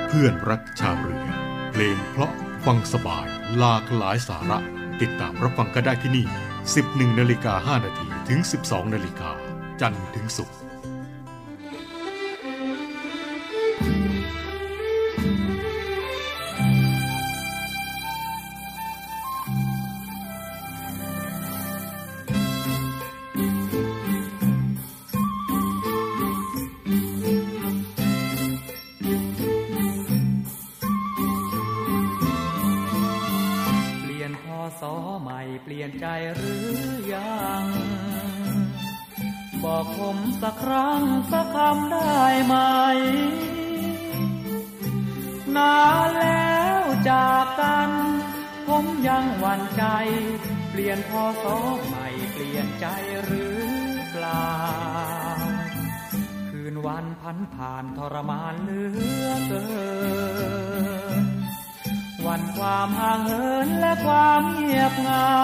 เพื่อนรักชาวเรือเพลงเพราะฟังสบายหลากหลายสาระติดตามรับฟังกันได้ที่นี่ 11:05 น.ถึง 12:00 น.จันทร์ถึงศุกร์เปลี่ยนใจหรือยังบอกผมสักครั้งสักคำได้ไหมนานแล้วจากกันผมยังหวั่นใจเปลี่ยนพศใหม่เปลี่ยนใจหรือเปล่าคืนวันพันผ่านทรมานเหลือเกินวันความห่างเหินและความเงียบเหงา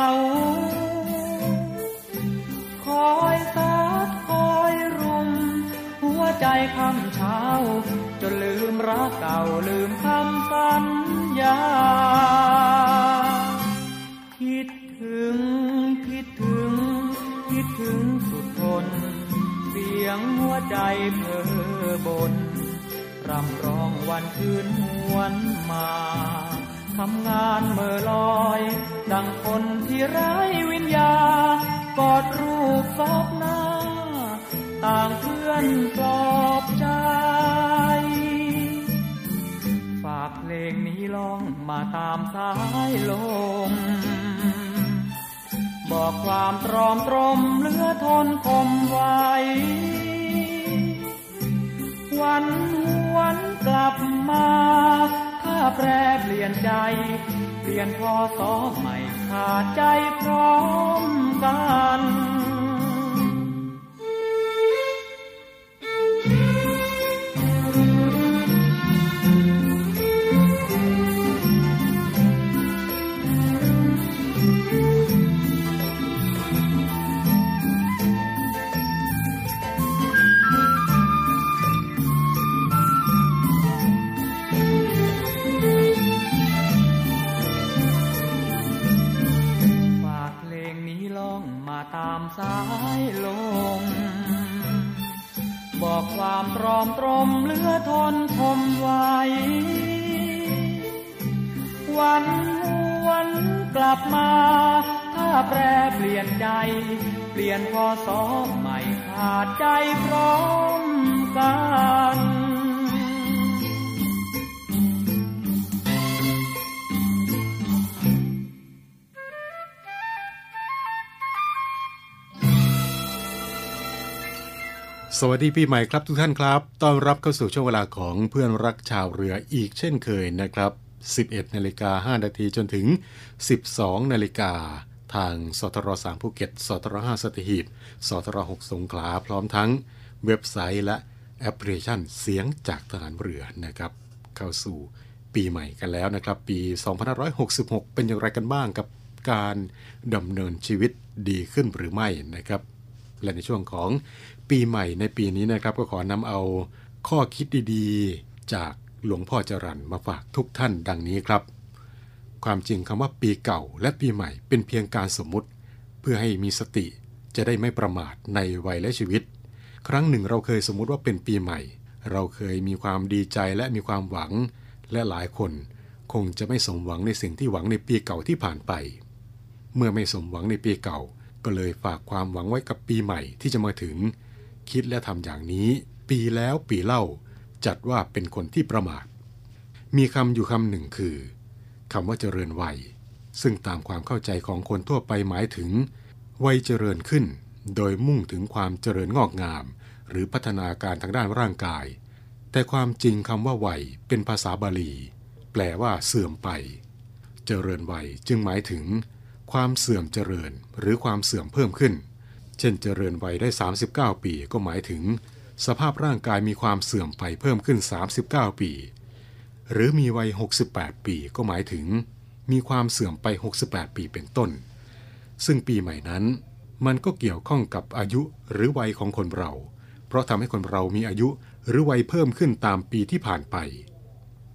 คอยซัดคอยรุมหัวใจค่ำเช้าจนลืมรักเก่าลืมคำสัญญาคิดถึงสุดทนเสียงหัวใจเพ้อบ่นรำร้องวันคืนหวนมาทำงานเมื่อลอยดังคนที่ไร้วิญญาณกอดรูปซบหน้าต่างเพื่อนปลอบใจฝากเพลงนี้ร้องมาตามสายลมบอกความตรอมตรมเหลือทนคมไว้วันกลับมาถ้าแปรเปลี่ยนใจเปลี่ยนพศใหม่ขาดใจพร้อมกันตามสายลมบอกความตรอมตรมเหลือทนทมไว้วันกลับมาถ้าแปรเปลี่ยนใจเปลี่ยนพศใหม่ขาดใจพร้อมกันสวัสดีปีใหม่ครับทุกท่านครับต้อนรับเข้าสู่ช่วงเวลาของเพื่อนรักชาวเรืออีกเช่นเคยนะครับ 11:05 น.จนถึง 12:00 น.ทางสทร3ภูเก็ตสทร5สัตหีบสทร6สงขลาพร้อมทั้งเว็บไซต์และแอปพลิเคชันเสียงจากทหารเรือนะครับเข้าสู่ปีใหม่กันแล้วนะครับปี 2566 เป็นอย่างไรกันบ้างกับการดำเนินชีวิตดีขึ้นหรือไม่นะครับและในช่วงของปีใหม่ในปีนี้นะครับก็ขอนำเอาข้อคิดดีๆจากหลวงพ่อจรัญมาฝากทุกท่านดังนี้ครับความจริงคำว่าปีเก่าและปีใหม่เป็นเพียงการสมมุติเพื่อให้มีสติจะได้ไม่ประมาทในวัยและชีวิตครั้งหนึ่งเราเคยสมมุติว่าเป็นปีใหม่เราเคยมีความดีใจและมีความหวังและหลายคนคงจะไม่สมหวังในสิ่งที่หวังในปีเก่าที่ผ่านไปเมื่อไม่สมหวังในปีเก่าก็เลยฝากความหวังไว้กับปีใหม่ที่จะมาถึงคิดและทำอย่างนี้ปีแล้วปีเล่าจัดว่าเป็นคนที่ประมาทมีคำอยู่คำหนึ่งคือคำว่าเจริญวัยซึ่งตามความเข้าใจของคนทั่วไปหมายถึงวัยเจริญขึ้นโดยมุ่งถึงความเจริญงอกงามหรือพัฒนาการทางด้านร่างกายแต่ความจริงคำว่าวัยเป็นภาษาบาลีแปลว่าเสื่อมไปเจริญวัยจึงหมายถึงความเสื่อมเจริญหรือความเสื่อมเพิ่มขึ้นเช่นเจริญวัยได้39ปีก็หมายถึงสภาพร่างกายมีความเสื่อมไปเพิ่มขึ้น39ปีหรือมีวัย68ปีก็หมายถึงมีความเสื่อมไป68ปีเป็นต้นซึ่งปีใหม่นั้นมันก็เกี่ยวข้องกับอายุหรือวัยของคนเราเพราะทำให้คนเรามีอายุหรือวัยเพิ่มขึ้นตามปีที่ผ่านไป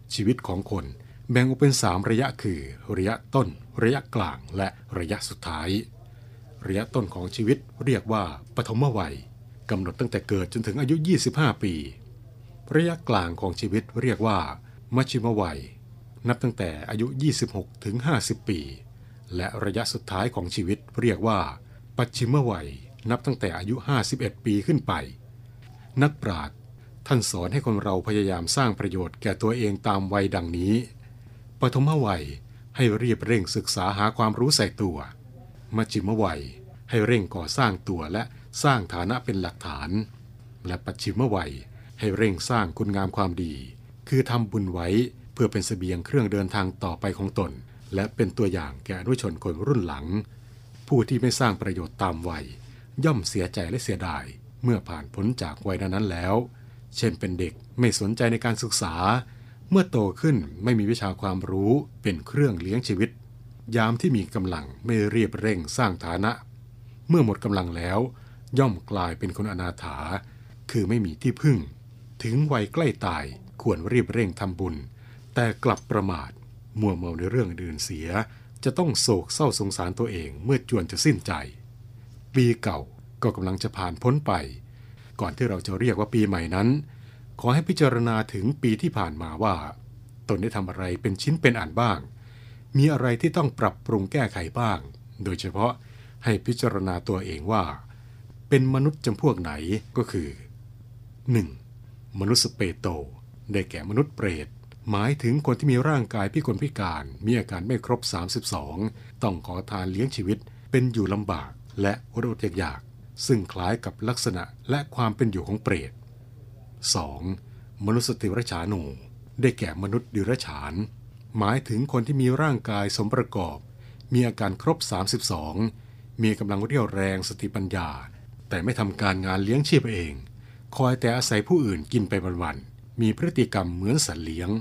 ชีวิตของคนแบ่งออกเป็น3ระยะคือระยะต้นระยะกลางและระยะสุดท้ายระยะต้นของชีวิตเรียกว่าปฐมวัยกำหนดตั้งแต่เกิดจนถึงอายุ25ปีระยะกลางของชีวิตเรียกว่ามัชฌิมวัยนับตั้งแต่อายุ26ถึง50ปีและระยะสุดท้ายของชีวิตเรียกว่าปัจฉิมวัยนับตั้งแต่อายุ51ปีขึ้นไปนักปราชญ์ท่านสอนให้คนเราพยายามสร้างประโยชน์แก่ตัวเองตามวัยดังนี้ปฐมวัยให้รีบเร่งศึกษาหาความรู้ใส่ตัวมัชฌิมวัยให้เร่งก่อสร้างตัวและสร้างฐานะเป็นหลักฐานและปัจฉิมวัยให้เร่งสร้างคุณงามความดีคือทำบุญไว้เพื่อเป็นเสบียงเครื่องเดินทางต่อไปของตนและเป็นตัวอย่างแก่อนุชนคนรุ่นหลังผู้ที่ไม่สร้างประโยชน์ตามวัยย่อมเสียใจและเสียดายเมื่อผ่านพ้นจากวัยนั้นแล้วเช่นเป็นเด็กไม่สนใจในการศึกษาเมื่อโตขึ้นไม่มีวิชาความรู้เป็นเครื่องเลี้ยงชีวิตยามที่มีกำลังไม่รีบเร่งสร้างฐานะเมื่อหมดกำลังแล้วย่อมกลายเป็นคนอนาถาคือไม่มีที่พึ่งถึงวัยใกล้ตายควรรีบเร่งทำบุญแต่กลับประมาทมัวเมาในเรื่องอื่นเสียจะต้องโศกเศร้าสงสารตัวเองเมื่อจวนจะสิ้นใจปีเก่าก็กำลังจะผ่านพ้นไปก่อนที่เราจะเรียกว่าปีใหม่นั้นขอให้พิจารณาถึงปีที่ผ่านมาว่าตนได้ทำอะไรเป็นชิ้นเป็นอันบ้างมีอะไรที่ต้องปรับปรุงแก้ไขบ้างโดยเฉพาะให้พิจารณาตัวเองว่าเป็นมนุษย์จำพวกไหนก็คือ 1. มนุษย์สเปโตได้แก่มนุษย์เปรตหมายถึงคนที่มีร่างกายพิกลพิการมีอาการไม่ครบ32ต้องขอทานเลี้ยงชีวิตเป็นอยู่ลำบากและอดอยากซึ่งคล้ายกับลักษณะและความเป็นอยู่ของเปรต 2. มนุษย์ติรฉานูได้แก่มนุษย์ดิรฉานหมายถึงคนที่มีร่างกายสมประกอบมีอาการครบ32มีกำลังเรี่ยวแรงสติปัญญาแต่ไม่ทำการงานเลี้ยงชีพเองคอยแต่อาศัยผู้อื่นกินไปวันๆมีพฤติกรรมเหมือนสัตว์เลี้ยง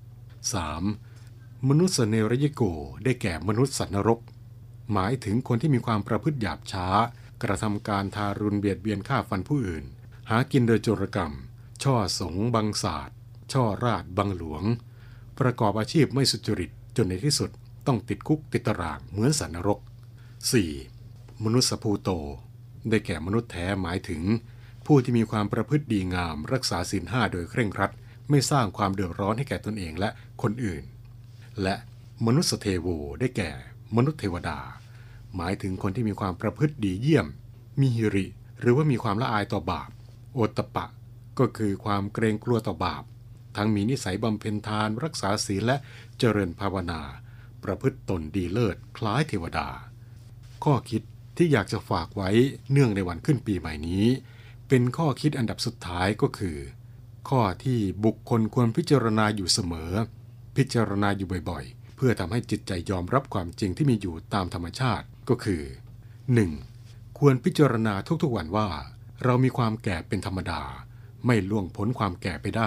3. มนุษย์เนรยโกได้แก่มนุษย์สัตว์นรกหมายถึงคนที่มีความประพฤติหยาบช้ากระทำการทารุณเบียดเบียนฆ่าฟันผู้อื่นหากินโดยโจรกรรมช่อสงบังศาสตร์ช่อราชบังหลวงประกอบอาชีพไม่สุจริตจนในที่สุดต้องติดคุกติดตารางเหมือนสัตว์นรก 4. มนุษย์ภูโตได้แก่มนุษย์แท้หมายถึงผู้ที่มีความประพฤติดีงามรักษาศีล5โดยเคร่งครัดไม่สร้างความเดือดร้อนให้แก่ตนเองและคนอื่นและมนุษย์เทโวได้แก่มนุษย์เทวดาหมายถึงคนที่มีความประพฤติดีเยี่ยมมีหิริหรือว่ามีความละอายต่อบาปโอตตัปปะก็คือความเกรงกลัวต่อบาปทั้งมีนิสัยบำเพ็ญทานรักษาศีลและเจริญภาวนาประพฤติตนดีเลิศคล้ายเทวดาข้อคิดที่อยากจะฝากไว้เนื่องในวันขึ้นปีใหม่นี้เป็นข้อคิดอันดับสุดท้ายก็คือข้อที่บุคคลควรพิจารณาอยู่เสมอพิจารณาอยู่บ่อยๆเพื่อทำให้จิตใจยอมรับความจริงที่มีอยู่ตามธรรมชาติก็คือ 1. ควรพิจารณาทุกๆวันว่าเรามีความแก่เป็นธรรมดาไม่ล่วงพ้นความแก่ไปได้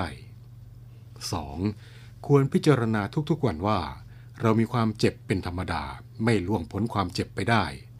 2. ควรพิจารณาทุกๆวันว่าเรามีความเจ็บเป็นธรรมดาไม่ล่วงพ้นความเจ็บไปได้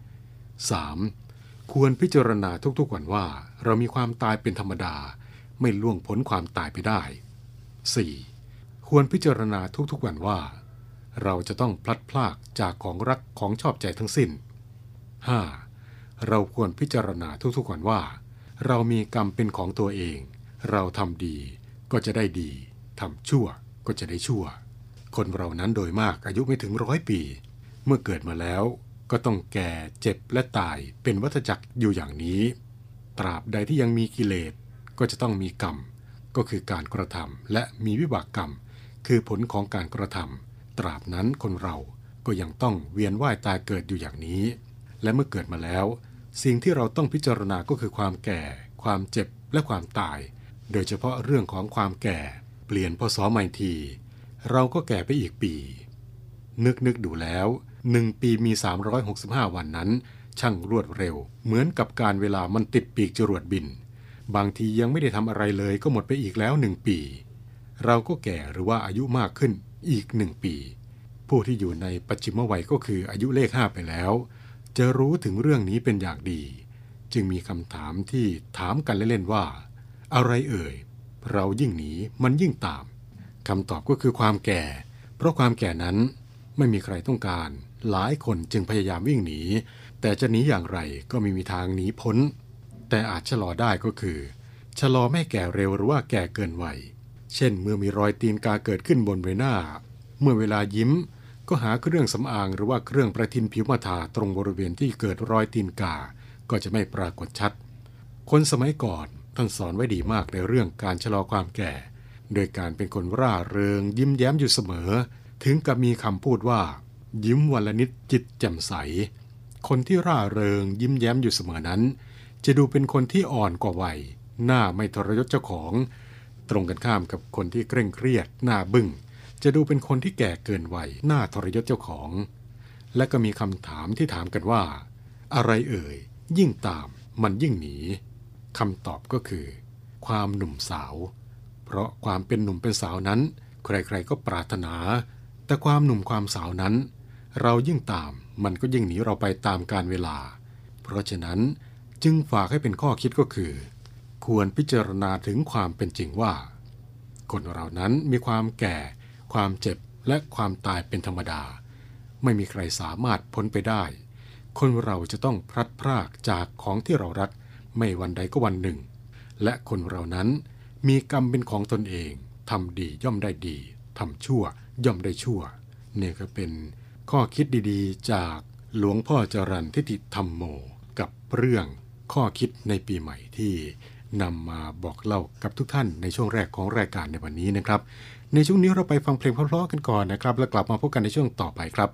3. ควรพิจารณาทุกๆวันว่าเรามีความตายเป็นธรรมดาไม่ล่วงพ้นความตายไปได้ 4. ควรพิจารณาทุกๆวันว่าเราจะต้องพลัดพรากจากของรักของชอบใจทั้งสิ้น 5. เราควรพิจารณาทุกๆวันว่าเรามีกรรมเป็นของตัวเองเราทำดีก็จะได้ดีทำชั่วก็จะได้ชั่วคนเรานั้นโดยมากอายุไม่ถึง100 ปีเมื่อเกิดมาแล้วก็ต้องแก่เจ็บและตายเป็นวัฏจักรอยู่อย่างนี้ตราบใดที่ยังมีกิเลสก็จะต้องมีกรรมก็คือการกระทำและมีวิบากกรรมคือผลของการกระทำตราบนั้นคนเราก็ยังต้องเวียนว่ายตายเกิดอยู่อย่างนี้และเมื่อเกิดมาแล้วสิ่งที่เราต้องพิจารณาก็คือความแก่ความเจ็บและความตายโดยเฉพาะเรื่องของความแก่เปลี่ยนพศใหม่ทีเราก็แก่ไปอีกปีนึกดูแล้ว1 ปีมี365วันนั้นช่างรวดเร็วเหมือนกับการเวลามันติดปีกจรวดบินบางทียังไม่ได้ทำอะไรเลยก็หมดไปอีกแล้ว1 ปีเราก็แก่หรือว่าอายุมากขึ้นอีก1 ปีผู้ที่อยู่ในปัจฉิมวัยก็คืออายุเลข5ไปแล้วจะรู้ถึงเรื่องนี้เป็นอย่างดีจึงมีคำถามที่ถามกันเล่นๆว่าอะไรเอ่ยเรายิ่งหนีมันยิ่งตามคำตอบก็คือความแก่เพราะความแก่นั้นไม่มีใครต้องการหลายคนจึงพยายามวิ่งหนีแต่จะหนีอย่างไรก็ไม่มีทางหนีพ้นแต่อาจชะลอได้ก็คือชะลอไม่แก่เร็วหรือว่าแก่เกินวัยเช่นเมื่อมีรอยตีนกาเกิดขึ้นบนใบหน้าเมื่อเวลายิ้มก็หาเครื่องสำอางหรือว่าเครื่องประทินผิวมาทาตรงบริเวณที่เกิดรอยตีนกาก็จะไม่ปรากฏชัดคนสมัยก่อนท่านสอนไว้ดีมากในเรื่องการชะลอความแก่โดยการเป็นคนร่าเริงยิ้มแย้มอยู่เสมอถึงกับมีคำพูดว่ายิ้มวันละนิดจิตแจ่มใสคนที่ร่าเริงยิ้มแย้มอยู่เสมอนั้นจะดูเป็นคนที่อ่อนกว่าวัยหน้าไม่ทรยศเจ้าของตรงกันข้ามกับคนที่เคร่งเครียดหน้าบึ้งจะดูเป็นคนที่แก่เกินวัยหน้าทรยศเจ้าของและก็มีคำถามที่ถามกันว่าอะไรเอ่ยยิ่งตามมันยิ่งหนีคำตอบก็คือความหนุ่มสาวเพราะความเป็นหนุ่มเป็นสาวนั้นใครๆก็ปรารถนาแต่ความหนุ่มความสาวนั้นเรายิ่งตามมันก็ยิ่งหนีเราไปตามกาลเวลาเพราะฉะนั้นจึงฝากให้เป็นข้อคิดก็คือควรพิจารณาถึงความเป็นจริงว่าคนเรานั้นมีความแก่ความเจ็บและความตายเป็นธรรมดาไม่มีใครสามารถพ้นไปได้คนเราจะต้องพลัดพรากจากของที่เรารักไม่วันใดก็วันหนึ่งและคนเรานั้นมีกรรมเป็นของตนเองทำดีย่อมได้ดีทำชั่วย่อมได้ชั่วนี่ก็เป็นข้อคิดดีๆจากหลวงพ่อจรัญทิติธรรมโมกับเรื่องข้อคิดในปีใหม่ที่นำมาบอกเล่ากับทุกท่านในช่วงแรกของรายการในวันนี้นะครับในช่วงนี้เราไปฟังเพลงเพราะๆกันก่อนนะครับแล้วกลับมาพบกันในช่วงต่อไปครับ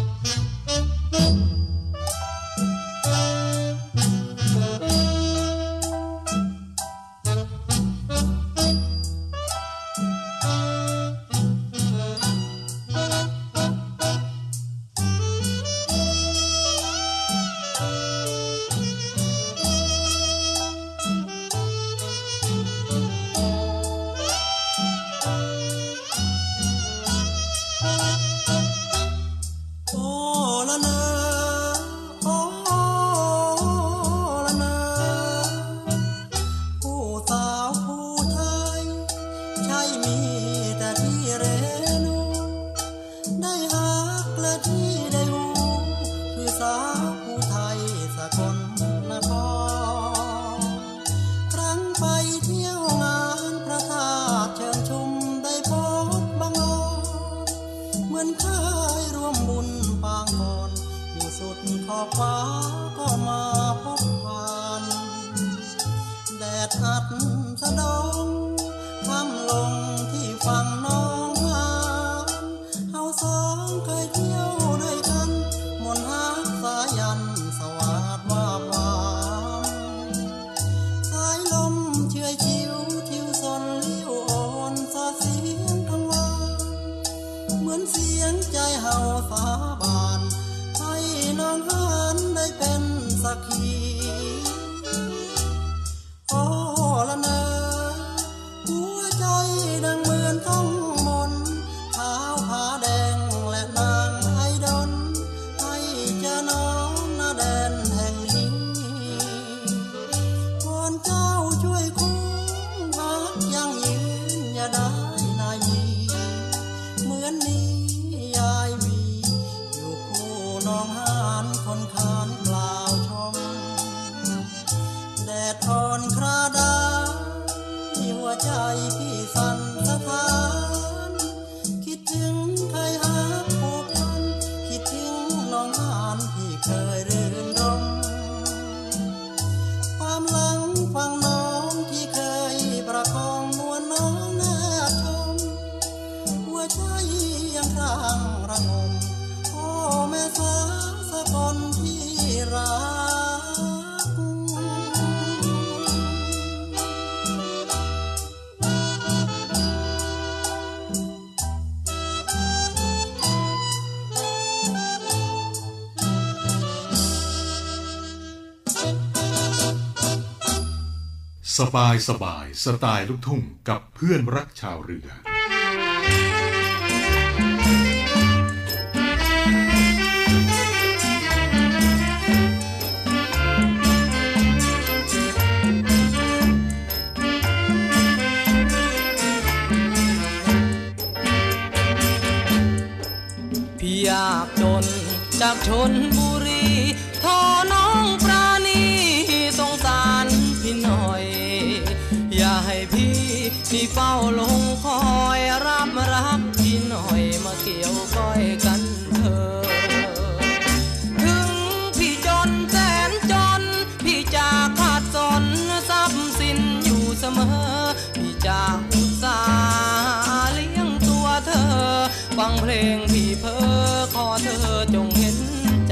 สบายสไตล์ลูกทุ่งกับเพื่อนรักชาวเรือจากชลบุรีโทรน้องปราณีสงสารพี่หน่อยอย่าให้พี่เฝ้าลงคอยรับรักพี่หน่อยมาเกี่ยวก้อยกันเถอะถึงพี่จนแสนจนพี่จะขาดสนทรัพย์สินอยู่เสมอพี่จะอุตส่าห์เลี้ยงตัวเธอฟังเพลงพี่เพ้อขอเธอจงเห็นใจ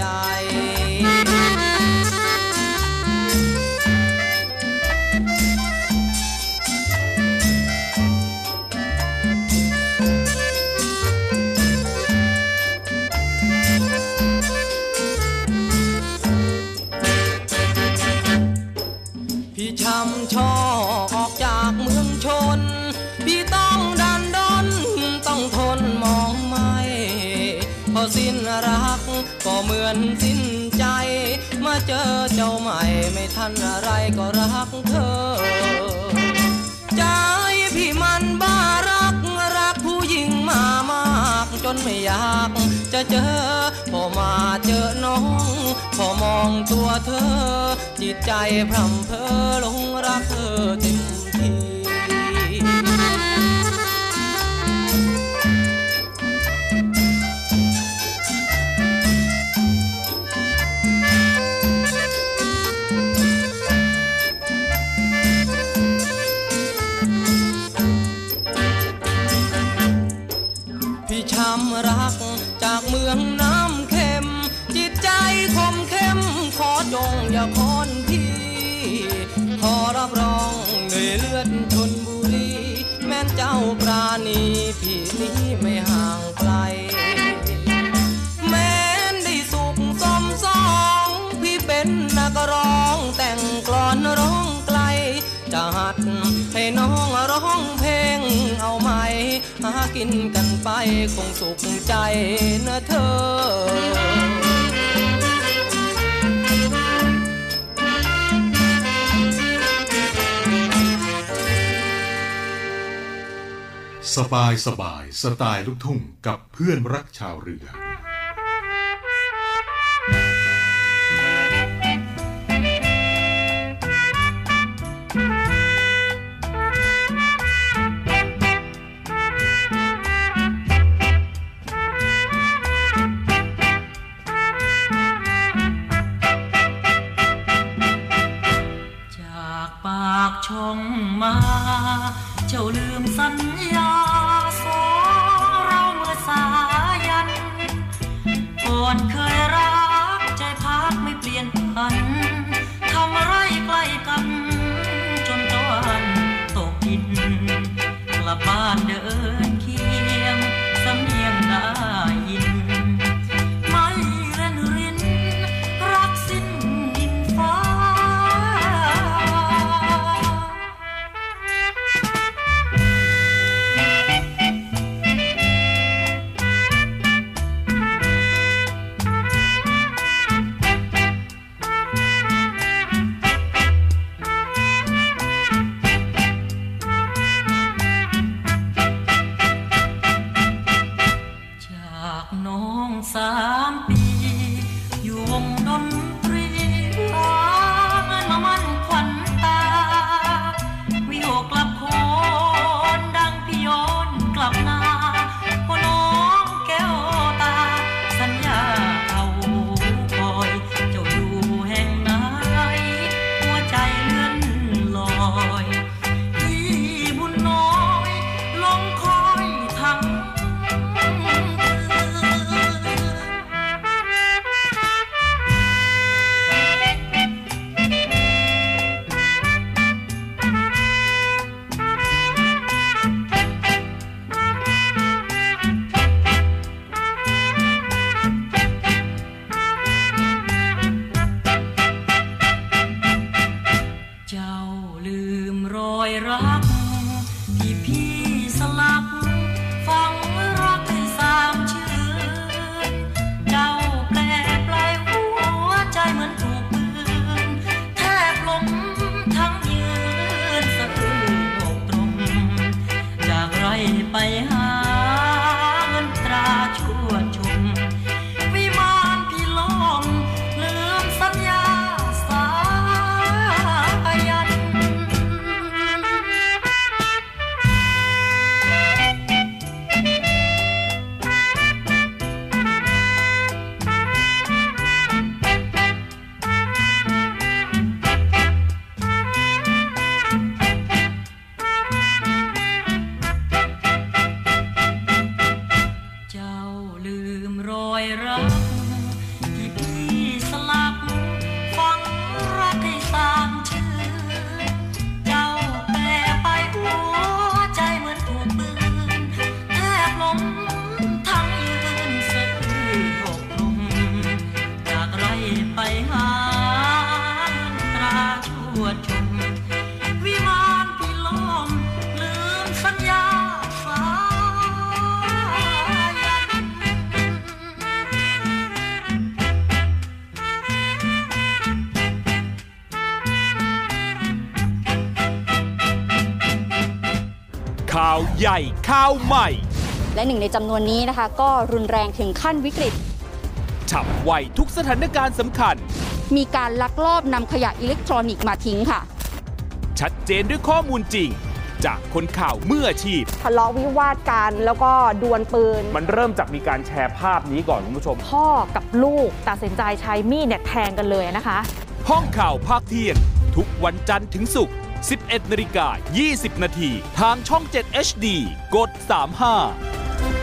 พี่ช้ำช่อออกจากเมืองชนพี่ต้องดันดนต้องทนมองไม่พอสิ้นรักก็เหมือนสิ้นใจมาเจอเจ้าใหม่ไม่ทันอะไรก็รักเธอใจพี่มันบ้ารักผู้หญิงมามากจนไม่อยากจะเจอพอมาเจอน้องพอมองตัวเธอจิตใจพร่ำเพ้อหลงรักเธอเต็มทีพี่ช้ำรักจากเมืองน้ำเค็มจิตใจคมเข้มขอจงอย่าค้อนพี่ขอรับรองด้วยเลือดชลบุรีแม้นเจ้าปราณีพี่นี้ไม่ห่างไกลแม้นได้สุขสมสองพี่เป็นนักร้องแต่งกลอนร้องไกลจะหัดให้น้องร้องเพลงเอาไหมหากินกันไปคงสุขใจนะเธอสบายสไตล์ลูกทุ่งกับเพื่อนรักชาวเรือช่องมาเจ้าลืมสัญญาสองเราเมื่อสายันก่อนเคยรักใจพักไม่เปลี่ยนพันทำอะไรใกล้กันจนตะวันตกดินกลับบ้านเดินเคียงสำเนียงได้ยินไม่เล่นรินรักสิ้นดินฟ้า3 ปีอยู่วงดนตรีหาเงินมามั่นขวัญตาวิโอกลับโคนดังพี่โยนกลับนาพอน้องแก้วตาสัญญาเอาคอยเจ้าอยู่แห่งไหนหัวใจเลื่อนลอยที่บุญน้อยลงคอยทั้งรักที่พี่สลักฟังรักให้3 ชื่นเจ้าแปลปลายหัวใจเหมือนถูกปืนแทบล้มทั้งยืนสะอื้นอกตรงจากไรไปหาเงินตราชั่วชมวิมานพี่ข่าวใหญ่ข่าวใหม่และหนึ่งในจำนวนนี้นะคะก็รุนแรงถึงขั้นวิกฤตฉับไวทุกสถานการณ์สำคัญมีการลักลอบนำขยะอิเล็กทรอนิกส์มาทิ้งค่ะชัดเจนด้วยข้อมูลจริงจากคนข่าวมืออาชีพทะเลาะวิวาทกันแล้วก็ดวลปืนมันเริ่มจากมีการแชร์ภาพนี้ก่อนคุณผู้ชมพ่อกับลูกตัดสินใจใช้มีดแทงกันเลยนะคะห้องข่าวภาคเที่ยงทุกวันจันทร์ถึงศุกร์ 11:20 น.ทางช่อง 7 HD กด 35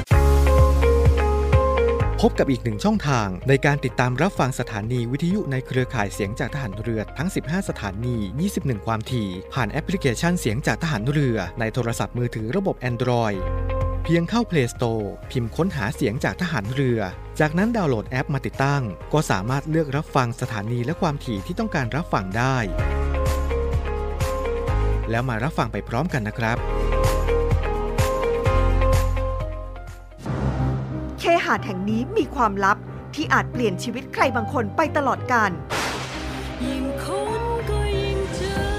พบกับอีกหนึ่งช่องทางในการติดตามรับฟังสถานีวิทยุในเครือข่ายเสียงจากทหารเรือทั้ง15สถานี 21 ความถี่ผ่านแอปพลิเคชันเสียงจากทหารเรือในโทรศัพท์มือถือระบบ Android เพียงเข้า Play Store พิมพ์ค้นหาเสียงจากทหารเรือจากนั้นดาวน์โหลดแอปมาติดตั้งก็สามารถเลือกรับฟังสถานีและความถี่ที่ต้องการรับฟังได้แล้วมารับฟังไปพร้อมกันนะครับเคหะแห่งนี้มีความลับที่อาจเปลี่ยนชีวิตใครบางคนไปตลอดกาลยิ่งค้นก็ยิ่งเจอ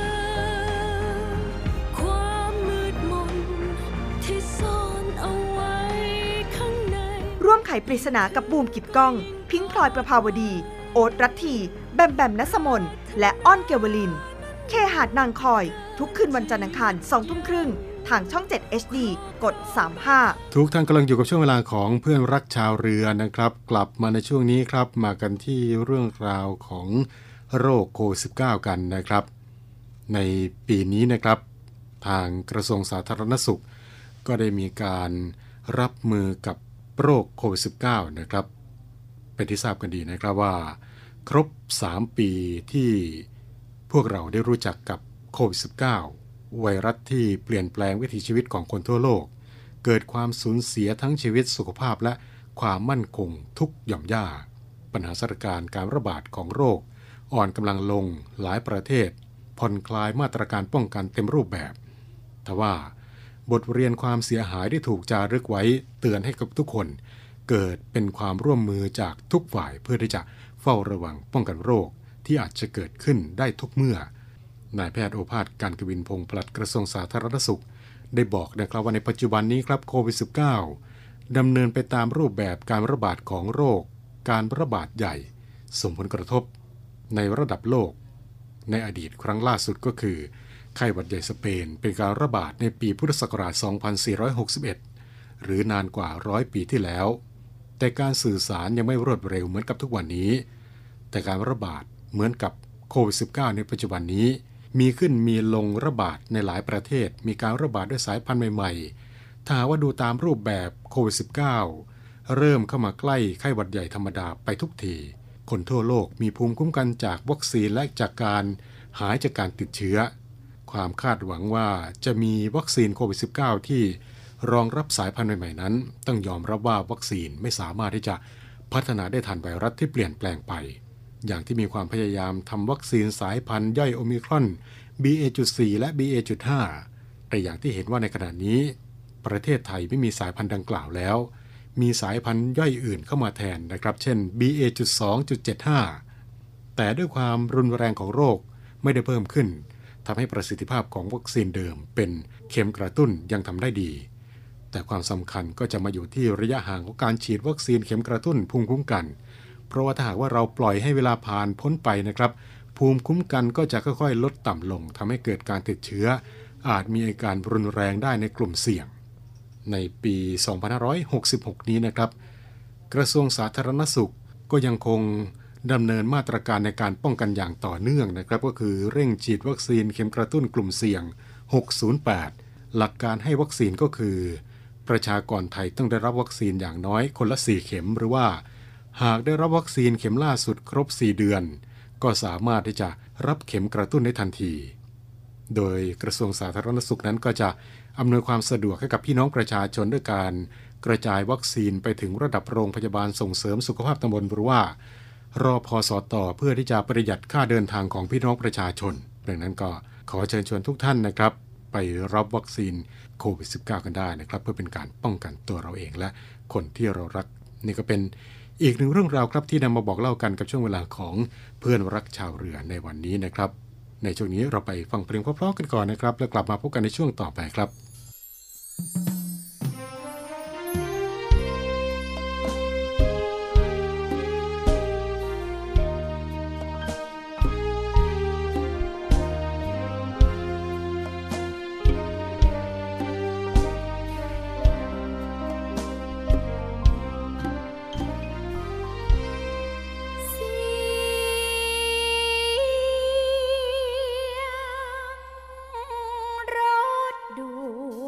ความมืดมนที่ซ่อนเอาไว้ข้างในร่วมไขปริศนากับบูมกิจก้องพิงค์พลอยประภาวดีโอ๊ตรัตทีแบมแบมณัสมนและอ้อนเกวลินเคหะนางคอยทุกคืนวันจันทร์อังคาร 20:30 น.ทางช่อง 7 HD กด 35 ทุกท่านกำลังอยู่กับช่วงเวลาของเพื่อนรักชาวเรือนะครับกลับมาในช่วงนี้ครับมากันที่เรื่องราวของโรคโควิด -19 กันนะครับในปีนี้นะครับทางกระทรวงสาธารณสุขก็ได้มีการรับมือกับโรคโควิด -19 นะครับเป็นที่ทราบกันดีนะครับว่าครบ3ปีที่พวกเราได้รู้จักกับโควิด -19 ไวรัสที่เปลี่ยนแปลงวิถีชีวิตของคนทั่วโลกเกิดความสูญเสียทั้งชีวิตสุขภาพและความมั่นคงทุกหย่อมย่าปัญหาสถานการณ์การระบาดของโรคอ่อนกำลังลงหลายประเทศผ่อนคลายมาตรการป้องกันเต็มรูปแบบทว่าบทเรียนความเสียหายที่ถูกจารึกไว้เตือนให้กับทุกคนเกิดเป็นความร่วมมือจากทุกฝ่ายเพื่อที่จะเฝ้าระวังป้องกันโรคที่อาจจะเกิดขึ้นได้ทุกเมื่อนายแพทย์โอภาส การกวินพงศ์ปลัดกระทรวงสาธารณสุขได้บอกนะครับว่าในปัจจุบันนี้ครับโควิด -19 ดำเนินไปตามรูปแบบการระบาดของโรคการระบาดใหญ่ส่งผลกระทบในระดับโลกในอดีตครั้งล่าสุดก็คือไข้หวัดใหญ่สเปนเป็นการระบาดในปีพุทธศักราช 2461 หรือนานกว่า100 ปีที่แล้วแต่การสื่อสารยังไม่รวดเร็วเหมือนกับทุกวันนี้แต่การระบาดเหมือนกับโควิด -19 ในปัจจุบันนี้มีขึ้นมีลงระบาดในหลายประเทศมีการระบาดด้วยสายพันธุ์ใหม่ๆถ้าว่าดูตามรูปแบบโควิด -19 เริ่มเข้ามาใกล้ไข้หวัดใหญ่ธรรมดาไปทุกทีคนทั่วโลกมีภูมิคุ้มกันจากวัคซีนและจากการหายจากการติดเชื้อความคาดหวังว่าจะมีวัคซีนโควิด -19 ที่รองรับสายพันธุ์ใหม่ๆนั้นต้องยอมรับว่าวัคซีนไม่สามารถที่จะพัฒนาได้ทันไวรัสที่เปลี่ยนแปลงไปอย่างที่มีความพยายามทำวัคซีนสายพันธุ์ย่อยโอมิครอน BA.4 และ BA.5 แต่อย่างที่เห็นว่าในขณะนี้ประเทศไทยไม่มีสายพันธุ์ดังกล่าวแล้วมีสายพันธุ์ย่อยอื่นเข้ามาแทนนะครับเช่น BA.2.75 แต่ด้วยความรุนแรงของโรคไม่ได้เพิ่มขึ้นทำให้ประสิทธิภาพของวัคซีนเดิมเป็นเข็มกระตุ้นยังทำได้ดีแต่ความสำคัญก็จะมาอยู่ที่ระยะห่างของการฉีดวัคซีนเข็มกระตุ้นภูมิคุ้มกันเพราะว่าถ้าหากว่าเราปล่อยให้เวลาผ่านพ้นไปนะครับภูมิคุ้มกันก็จะค่อยๆลดต่ำลงทำให้เกิดการติดเชื้ออาจมีอาการรุนแรงได้ในกลุ่มเสี่ยงในปี 2566 นี้นะครับกระทรวงสาธารณสุขก็ยังคงดำเนินมาตรการในการป้องกันอย่างต่อเนื่องนะครับก็คือเร่งฉีดวัคซีนเข็มกระตุ้นกลุ่มเสี่ยง 608 หลักการให้วัคซีนก็คือประชากรไทยต้องได้รับวัคซีนอย่างน้อยคนละ4เข็มหรือว่าหากได้รับวัคซีนเข็มล่าสุดครบ4เดือนก็สามารถที่จะรับเข็มกระตุ้นได้ทันทีโดยกระทรวงสาธารณสุขนั้นก็จะอำนวยความสะดวกให้กับพี่น้องประชาชนด้วยการกระจายวัคซีนไปถึงระดับโรงพยาบาลส่งเสริมสุขภาพตำบลหรือว่ารพสต.เพื่อที่จะประหยัดค่าเดินทางของพี่น้องประชาชนดังนั้นก็ขอเชิญชวนทุกท่านนะครับไปรับวัคซีนโควิด -19 กันได้นะครับเพื่อเป็นการป้องกันตัวเราเองและคนที่เรารักนี่ก็เป็นอีกหนึ่งเรื่องราวครับที่นำมาบอกเล่ากันกับช่วงเวลาของเพื่อนรักชาวเรือในวันนี้นะครับในช่วงนี้เราไปฟังเพลงเพราะๆกันก่อนนะครับแล้วกลับมาพบกันในช่วงต่อไปครับ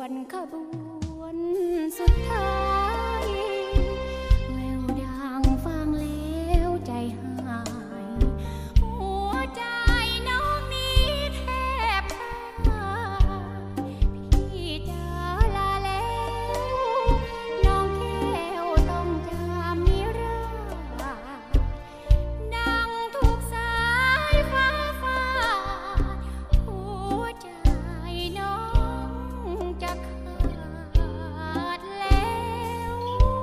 วนขบวนสุดท้ายแววดังฟังแล้วใจหายหัวใจน้องนี้แทบขาดพี่จะลาแล้วน้องแก้วต้องจำนิรันดร์ดังทุกสายฟ้าฟาดหัวใจน้องจะขาดแล้ว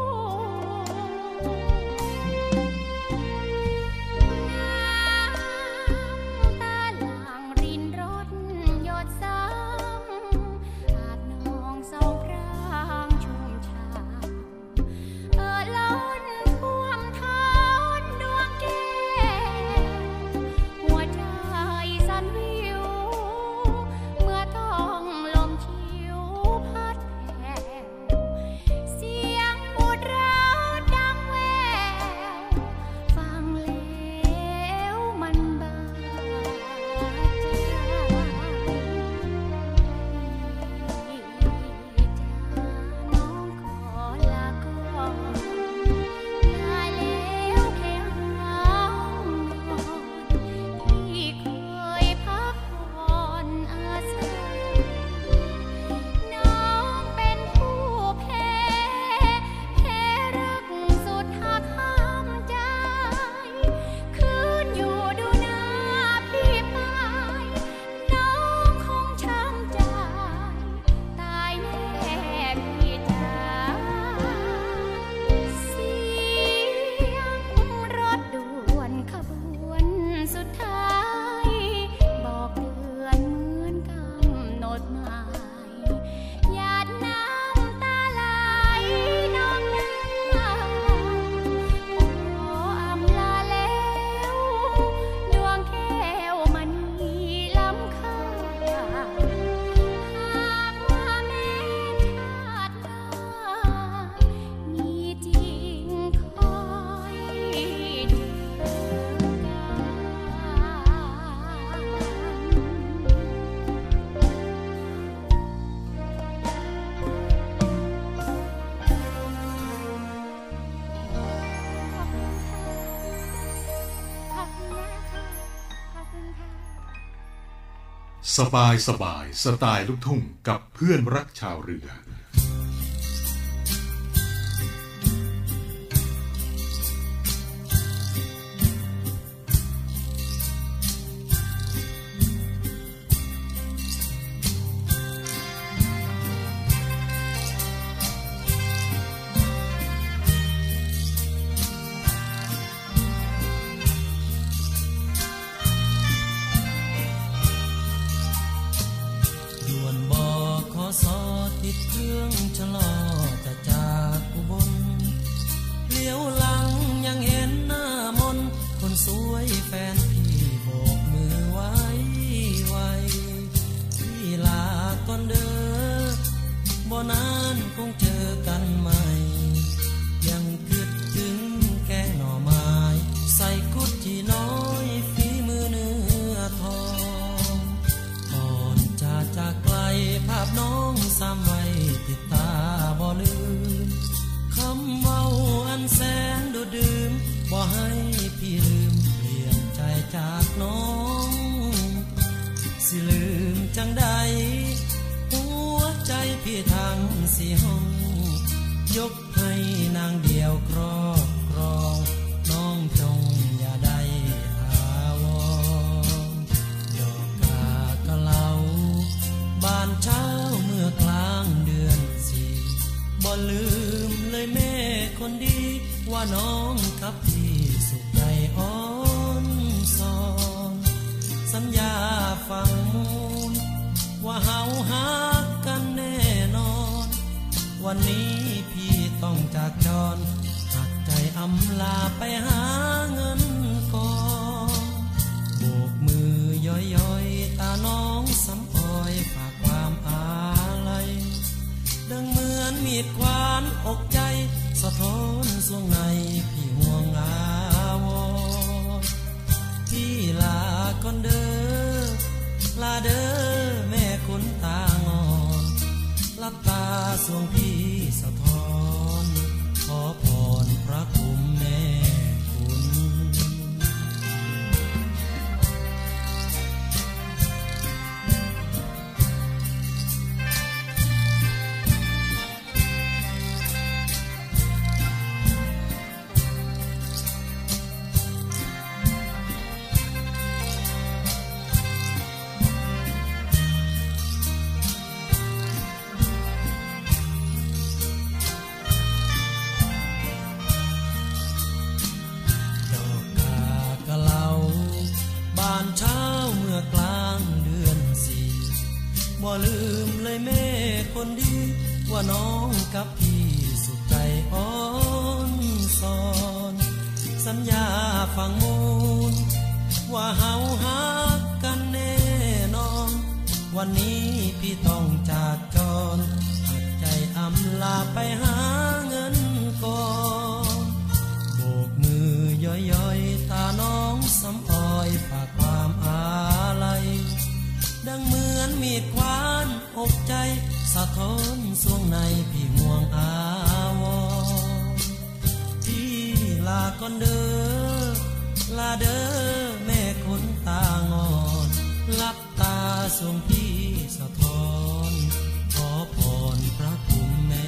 น้ำตาหลั่งรินรดหยดซ้ำอาบนองสองพรางชุ่มฉ่ำล้นท่วมท้นดวงแก้วหัวใจสั่นวิวเมื่อต้องลมชิวพัดแผ่วเสียงบูดร้าวดังแววฟังแล้วมันบาดใจน้องขอลาก่อนลาแล้วแค่ห้องนอนที่เคยพักผ่อนอาศัยน้องเป็นผู้แพ้รักสุดหักห้ามใจคืนอยู่ดูหน้าพี่ไปน้องคงช้ำใจตายแน่พี่จ๋าเสียงรถด่วนขบวนสุดท้ายบอกเตือนเหมือนกำหนดหมายหยาดน้ำตาไหลน้องนาขออำลาแล้วดวงแก้วมันมีล้ำค่าหากว่าแม้ชาติหน้ามีจริงคอยเธอขอบคุณนะคะขอบคุณค่ะสบายสบายสไตล์ลูกทุ่งกับเพื่อนรักชาวเรือด่วนบอกขอสอติดเครื่องชะลอจะจากอุบลเลี้ยวหลังยังเห็นหน้ามนคนสวยแฟนพี่โบกมือไว้ไวพี่ลาก่อนเด้อบ่นานคงเจอกันใหม่ยังคิดถึงแกงหน่อไม้ใส่กุดที่น้อยฝีมือเนื้อทองก่อนจะจากไกลภาพน้องซ้ำไว้ติดตาบ่ลืมคำเว้าอันแสนดูดื่มบ่ให้พี่ลืมเปลี่ยนใจจากน้องสิลืมจังใดหัวใจพี่ทั้งสี่ห้องยกให้นางเดียวครอบครองน้องจงอย่าได้อาวรดอกกากะเหลาบานเช้าเมื่อกลางเดือนสี่บ่ลืมเลยแม่คนดีว่าน้องกับพี่สุขใจอ่อนสอนสัญญาฟังมูลว่าเฮาหักกันแน่นอนวันนี้พี่ต้องจากจรหักใจอำลาไปหาเงินก่อนโบกมือย้อยๆตาน้องสำอ้อยฝากความอาลัยดังเหมือนมีดควานอกใจสะท้อนสวงในพี่ห่วงอาวรพี่ลาก่อนเด้อลาเด้อแม่คนตางอนหลับสวงพี่สะท้อนขอพรพระคุณแม่คุณ บ่ลืมเลยแม่คนดีว่าน้องกับพี่สุดใจอ่อนสอนสัญญาฟังมูลว่าเฮาฮักกันแน่นอนวันนี้พี่ต้องจากจรหักใจอำลาไปหาเงินก่อนโบกมือย่อยๆตาน้องสำอ้อยฝากความอาลัยดังเหมือนมีดควานอกใจสะท้อนสวงในพี่ห่วงอาวรพี่ลาก่อนเด้อลาเด้อแม่คนตางอนลับตาสวงพี่สะท้อนขอพรพระคุณแม่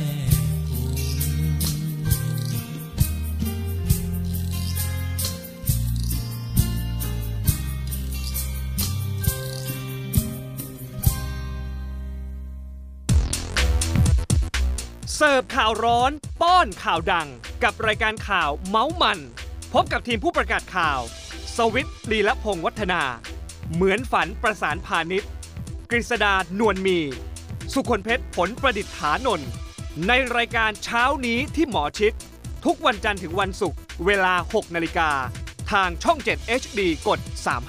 เสิร์ฟข่าวร้อนป้อนข่าวดังกับรายการข่าวเมาส์มันพบกับทีมผู้ประกาศข่าวสวิทย์ลีละพงษ์วัฒนาเหมือนฝันประสานพาณิชย์กฤษดานวลมีสุคนเพชรผลประดิษฐานนท์ในรายการเช้านี้ที่หมอชิดทุกวันจันทร์ถึงวันศุกร์เวลา 6 นาฬิกาทางช่อง 7 HD กด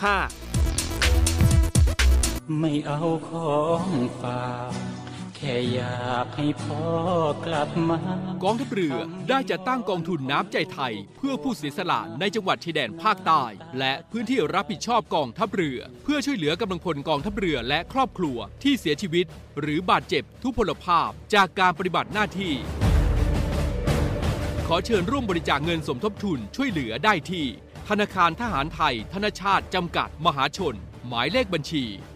35 ไม่เอาของฝากแค่อยากให้พ่อกลับมากองทัพเรือได้จัดตั้งกองทุนน้ำใจไทยเพื่อผู้เสียสละในจังหวัดชายแดนภาคใต้และพื้นที่รับผิดชอบกองทัพเรือเพื่อช่วยเหลือกำลังพลกองทัพเรือและครอบครัวที่เสียชีวิตหรือบาดเจ็บทุพพลภาพจากการปฏิบัติหน้าที่ขอเชิญร่วมบริจาคเงินสมทบทุนช่วยเหลือได้ที่ธนาคารทหารไทยธนชาติจำกัดมหาชนหมายเลขบัญชี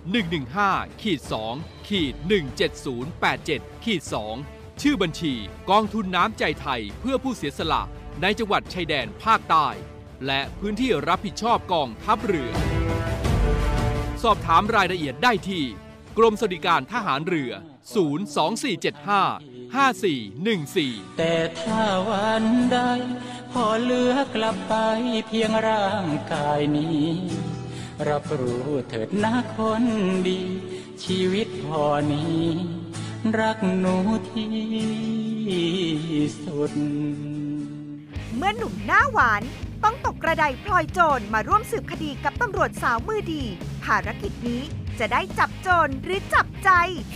115-2-17087-2 ชื่อบัญชีกองทุนน้ำใจไทยเพื่อผู้เสียสละในจังหวัดชายแดนภาคใต้และพื้นที่รับผิดชอบกองทัพเรือสอบถามรายละเอียดได้ที่กรมสวัสดิการทหารเรือ 02475-5414 แต่ถ้าวันใดพอเหลือกลับไปเพียงร่างกายนี้รับรู้เถิดนะคนดีชีวิตพอนี้รักหนูที่สุดเมื่อหนุ่มหน้าหวานต้องตกกระไดพลอยโจรมาร่วมสืบคดีกับตำรวจสาวมือดีภารกิจนี้จะได้จับโจรหรือจับใจ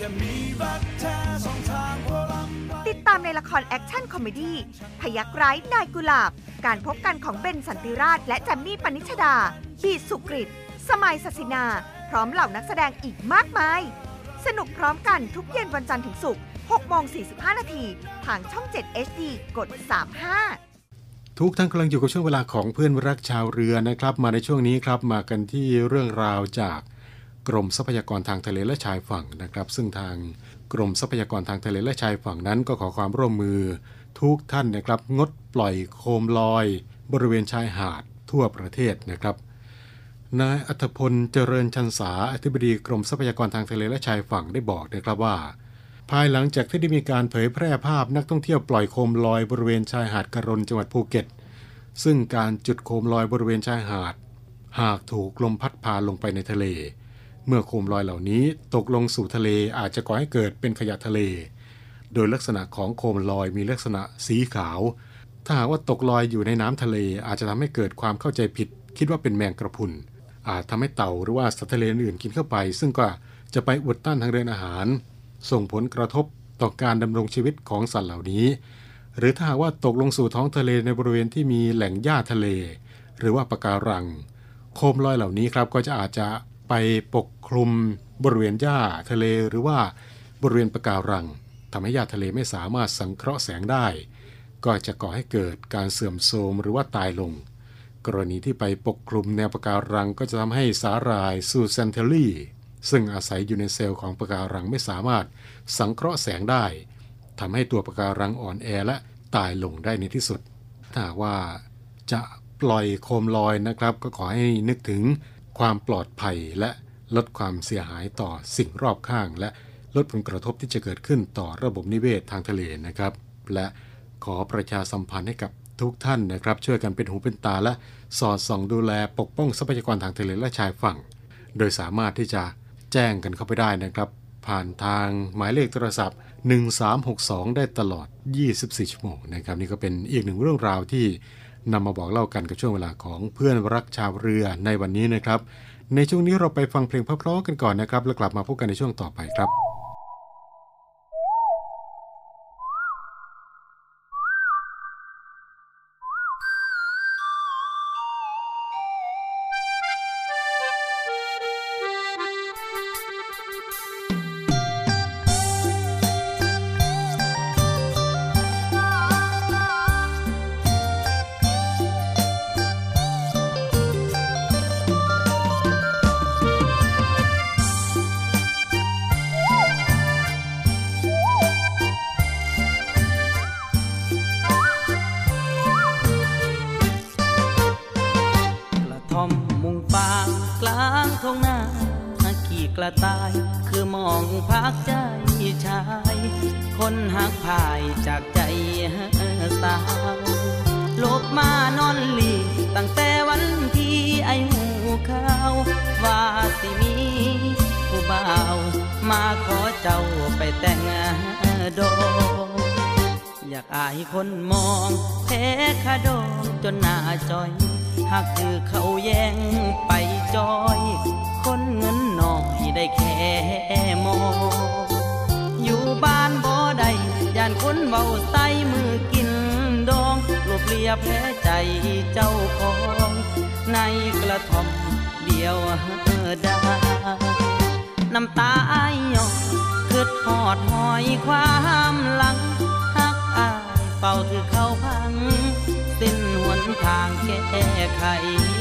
ติดตามในละครแอคชั่นคอมเมดี้พยัคฆ์ร้ายนายกุหลาบการพบกันของเบนสันติราชและแจมมี่ปณิชดาบีสุกฤตสมัยศศินาพร้อมเหล่านักแสดงอีกมากมายสนุกพร้อมกันทุกเย็นวันจันทร์ถึงศุกร์ 6:45 นาทีทางช่อง 7 HD กด 35 ทุกท่านกำลังอยู่กับช่วงเวลาของเพื่อนรักชาวเรือนะครับมาในช่วงนี้ครับมากันที่เรื่องราวจากกรมทรัพยากรทางทะเลและชายฝั่งนะครับซึ่งทางกรมทรัพยากรทางทะเลและชายฝั่งนั้นก็ขอความร่วมมือทุกท่านนะครับงดปล่อยโคมลอยบริเวณชายหาดทั่วประเทศนะครับนายอัธพลเจริญชันษาอธิบดีกรมทรัพยากรทางทะเลและชายฝั่งได้บอกนะครับว่าภายหลังจากที่ได้มีการเผยแพร่ภาพนักท่องเที่ยวปล่อยโคมลอยบริเวณชายหาดกะรนจังหวัดภูเก็ตซึ่งการจุดโคมลอยบริเวณชายหาดหากถูกลมพัดพาลงไปในทะเลเมื่อโคมลอยเหล่านี้ตกลงสู่ทะเลอาจจะก่อให้เกิดเป็นขยะทะเลโดยลักษณะของโคมลอยมีลักษณะสีขาวถ้าหากว่าตกลอยอยู่ในน้ำทะเลอาจจะทำให้เกิดความเข้าใจผิดคิดว่าเป็นแมงกระพรุนอาจทำให้เต่าหรือว่าสัตว์ทะเลอื่นกินเข้าไปซึ่งก็จะไปอุดตันทางเดินอาหารส่งผลกระทบต่อการดำรงชีวิตของสัตว์เหล่านี้หรือถ้าหากว่าตกลงสู่ท้องทะเลในบริเวณที่มีแหล่งหญ้าทะเลหรือว่าปะการังโคมลอยเหล่านี้ครับก็จะอาจจะไปปกคลุมบริเวณหญ้าทะเลหรือว่าบริเวณปะการังทำให้หญ้าทะเลไม่สามารถสังเคราะห์แสงได้ก็จะก่อให้เกิดการเสื่อมโทรมหรือว่าตายลงกรณีที่ไปปกคลุมแนวปะการังก็จะทำให้สาหร่ายซูแซนเทลลี่ซึ่งอาศัยอยู่ในเซลล์ของปะการังไม่สามารถสังเคราะห์แสงได้ทำให้ตัวปะการังอ่อนแอและตายลงได้ในที่สุดถ้าว่าจะปล่อยโคมลอยนะครับก็ขอให้นึกถึงความปลอดภัยและลดความเสียหายต่อสิ่งรอบข้างและลดผลกระทบที่จะเกิดขึ้นต่อระบบนิเวศทางทะเลนะครับและขอประชาสัมพันธ์ให้กับทุกท่านนะครับช่วยกันเป็นหูเป็นตาและสอดส่องดูแลปกป้องทรัพยากรทางทะเลและชายฝั่งโดยสามารถที่จะแจ้งกันเข้าไปได้นะครับผ่านทางหมายเลขโทรศัพท์1362ได้ตลอด24ชั่วโมงนะครับนี่ก็เป็นอีกหนึ่งเรื่องราวที่นำมาบอกเล่ากันกับช่วงเวลาของเพื่อนรักชาวเรือในวันนี้นะครับในช่วงนี้เราไปฟังเพลงเพราะๆกันก่อนนะครับแล้วกลับมาพบกันในช่วงต่อไปครับกระต่ายคือมองพักใจชายคนหักพายจากใจสาวลบมานอนหลีตั้งแต่วันที่ไอ้หูข้าวว่าสิมีผู้บ่าวมาขอเจ้าไปแต่งดองอยากอายคนมองแพ้คาดองจนหน้าจอยหากคือเขาแย่งไปจอยคนเงินน้อยได้แค่มองอยู่บ้านบ่ได้ย่านคนเบาใส่มือกินดองรวบเรียบแพ้ใจเจ้าของในกระท่อมเดียวดาน้ำตาอ้ายหยดคืดหอดหอยความหลังหักอ้ายเป่าถือเข้าพังสิ้นหนทางแก้ไข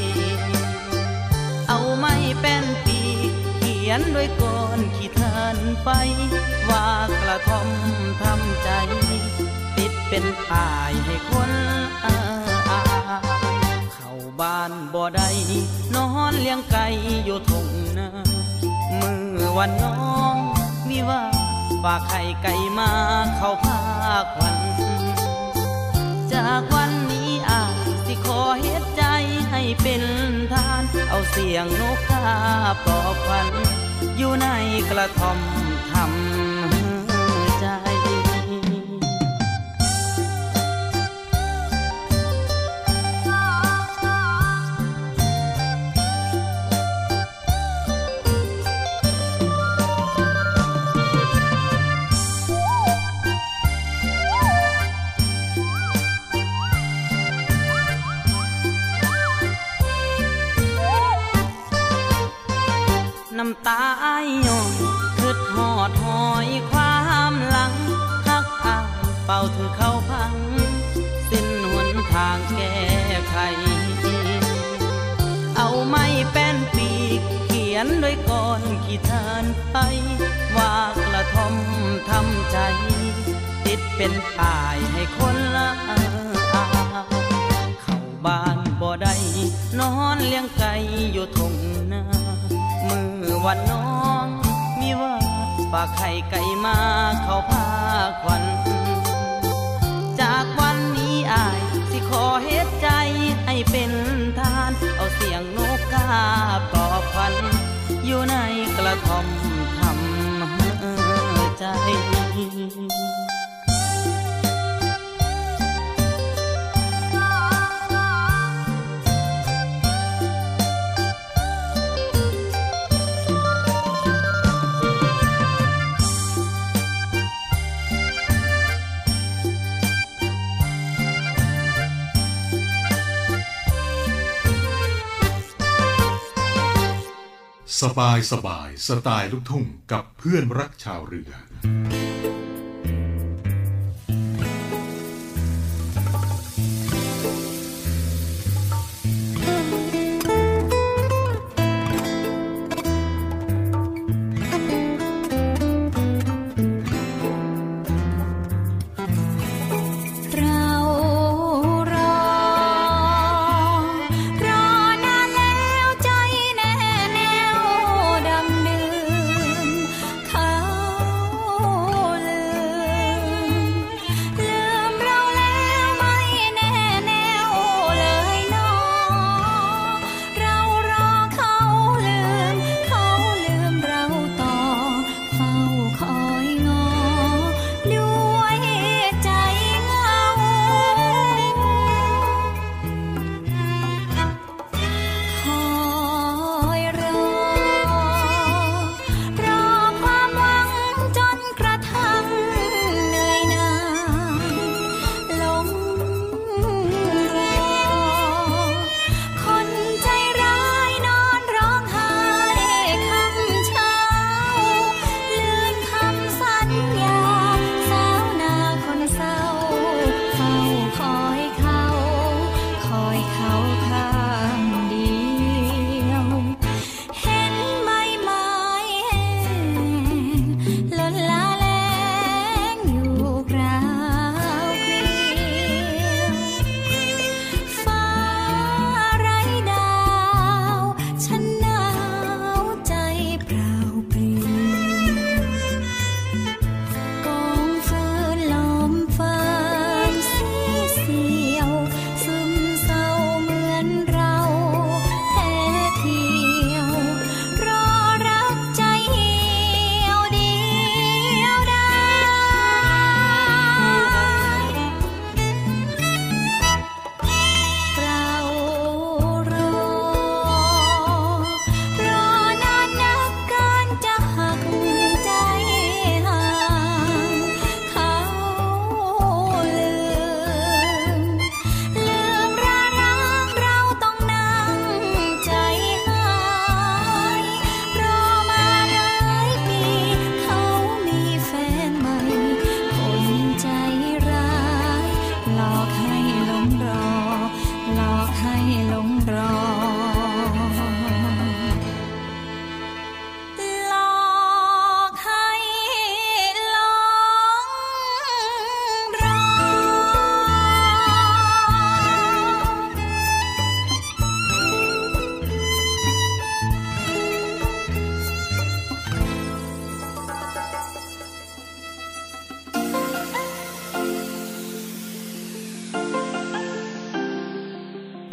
เอาไม่เป็นปีเขียนด้วยก้อนขี้เทินไปว่ากระท่อมทำใจติดเป็นป้ายให้คนเข้าบ้านบ่ได้นอนเลี้ยงไก่อยู่ทุ่งนามือวันน้องวิวาฝากไข่ไก่มาเข้าพาควันจากวันนี้อาจสิขอเฮ็ดใจให้เป็นทานเอาเสียงนกกาปลอบขวัญอยู่ในกระท่อมทำใจน้ำตาอ้ายหยดคืดหอดหอยความหลังหักอ้ายเป่าถือเข้าพังสิ้นหนทางแก้ไขเอาไม่เป็นปีกเขียนด้วยก้อนขี้เทินไปว่ากระท่อมทำใจติดเป็นป้ายให้คนละเข้าบ้านบ่ได้นอนเลี้ยงไก่อยู่ทุ่งนามือวันน้องมีว่าฝากไข่ไก่มาเข้าพาควันจากวันนี้อายสิขอเฮ็ดใจให้เป็นทานเอาเสียงนกกาปลอบขวัญอยู่ในกระท่อมทำใจสบายสไตล์ลูกทุ่งกับเพื่อนรักชาวเรือ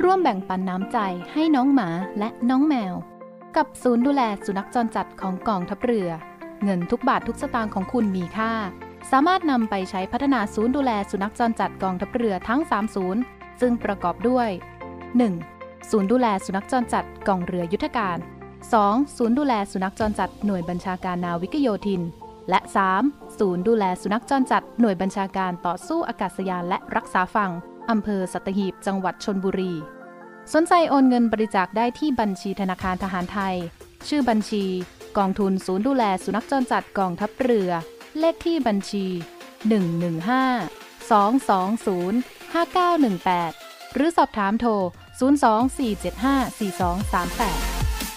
ร่วมแบ่งปันน้ำใจให้น้องหมาและน้องแมวกับศูนย์ดูแลสุนัขจรจัดของกองทัพเรือเงินทุกบาททุกสตางค์ของคุณมีค่าสามารถนำไปใช้พัฒนาศูนย์ดูแลสุนัขจรจัดกองทัพเรือทั้ง3ศูนย์ซึ่งประกอบด้วย 1. ศูนย์ดูแลสุนัขจรจัดกองเรือยุทธการ 2. ศูนย์ดูแลสุนัขจรจัดหน่วยบัญชาการนาวิกโยธินและ 3. ศูนย์ดูแลสุนัขจรจัดหน่วยบัญชาการต่อสู้อากาศยานและรักษาฝั่งอำเภอสัตหีบจังหวัดชลบุรีสนใจโอนเงินบริจาคได้ที่บัญชีธนาคารทหารไทยชื่อบัญชีกองทุนศูนย์ดูแลสุนัขจรจัดกองทัพเรือเลขที่บัญชี 115-220-5918 หรือสอบถามโทร 024754238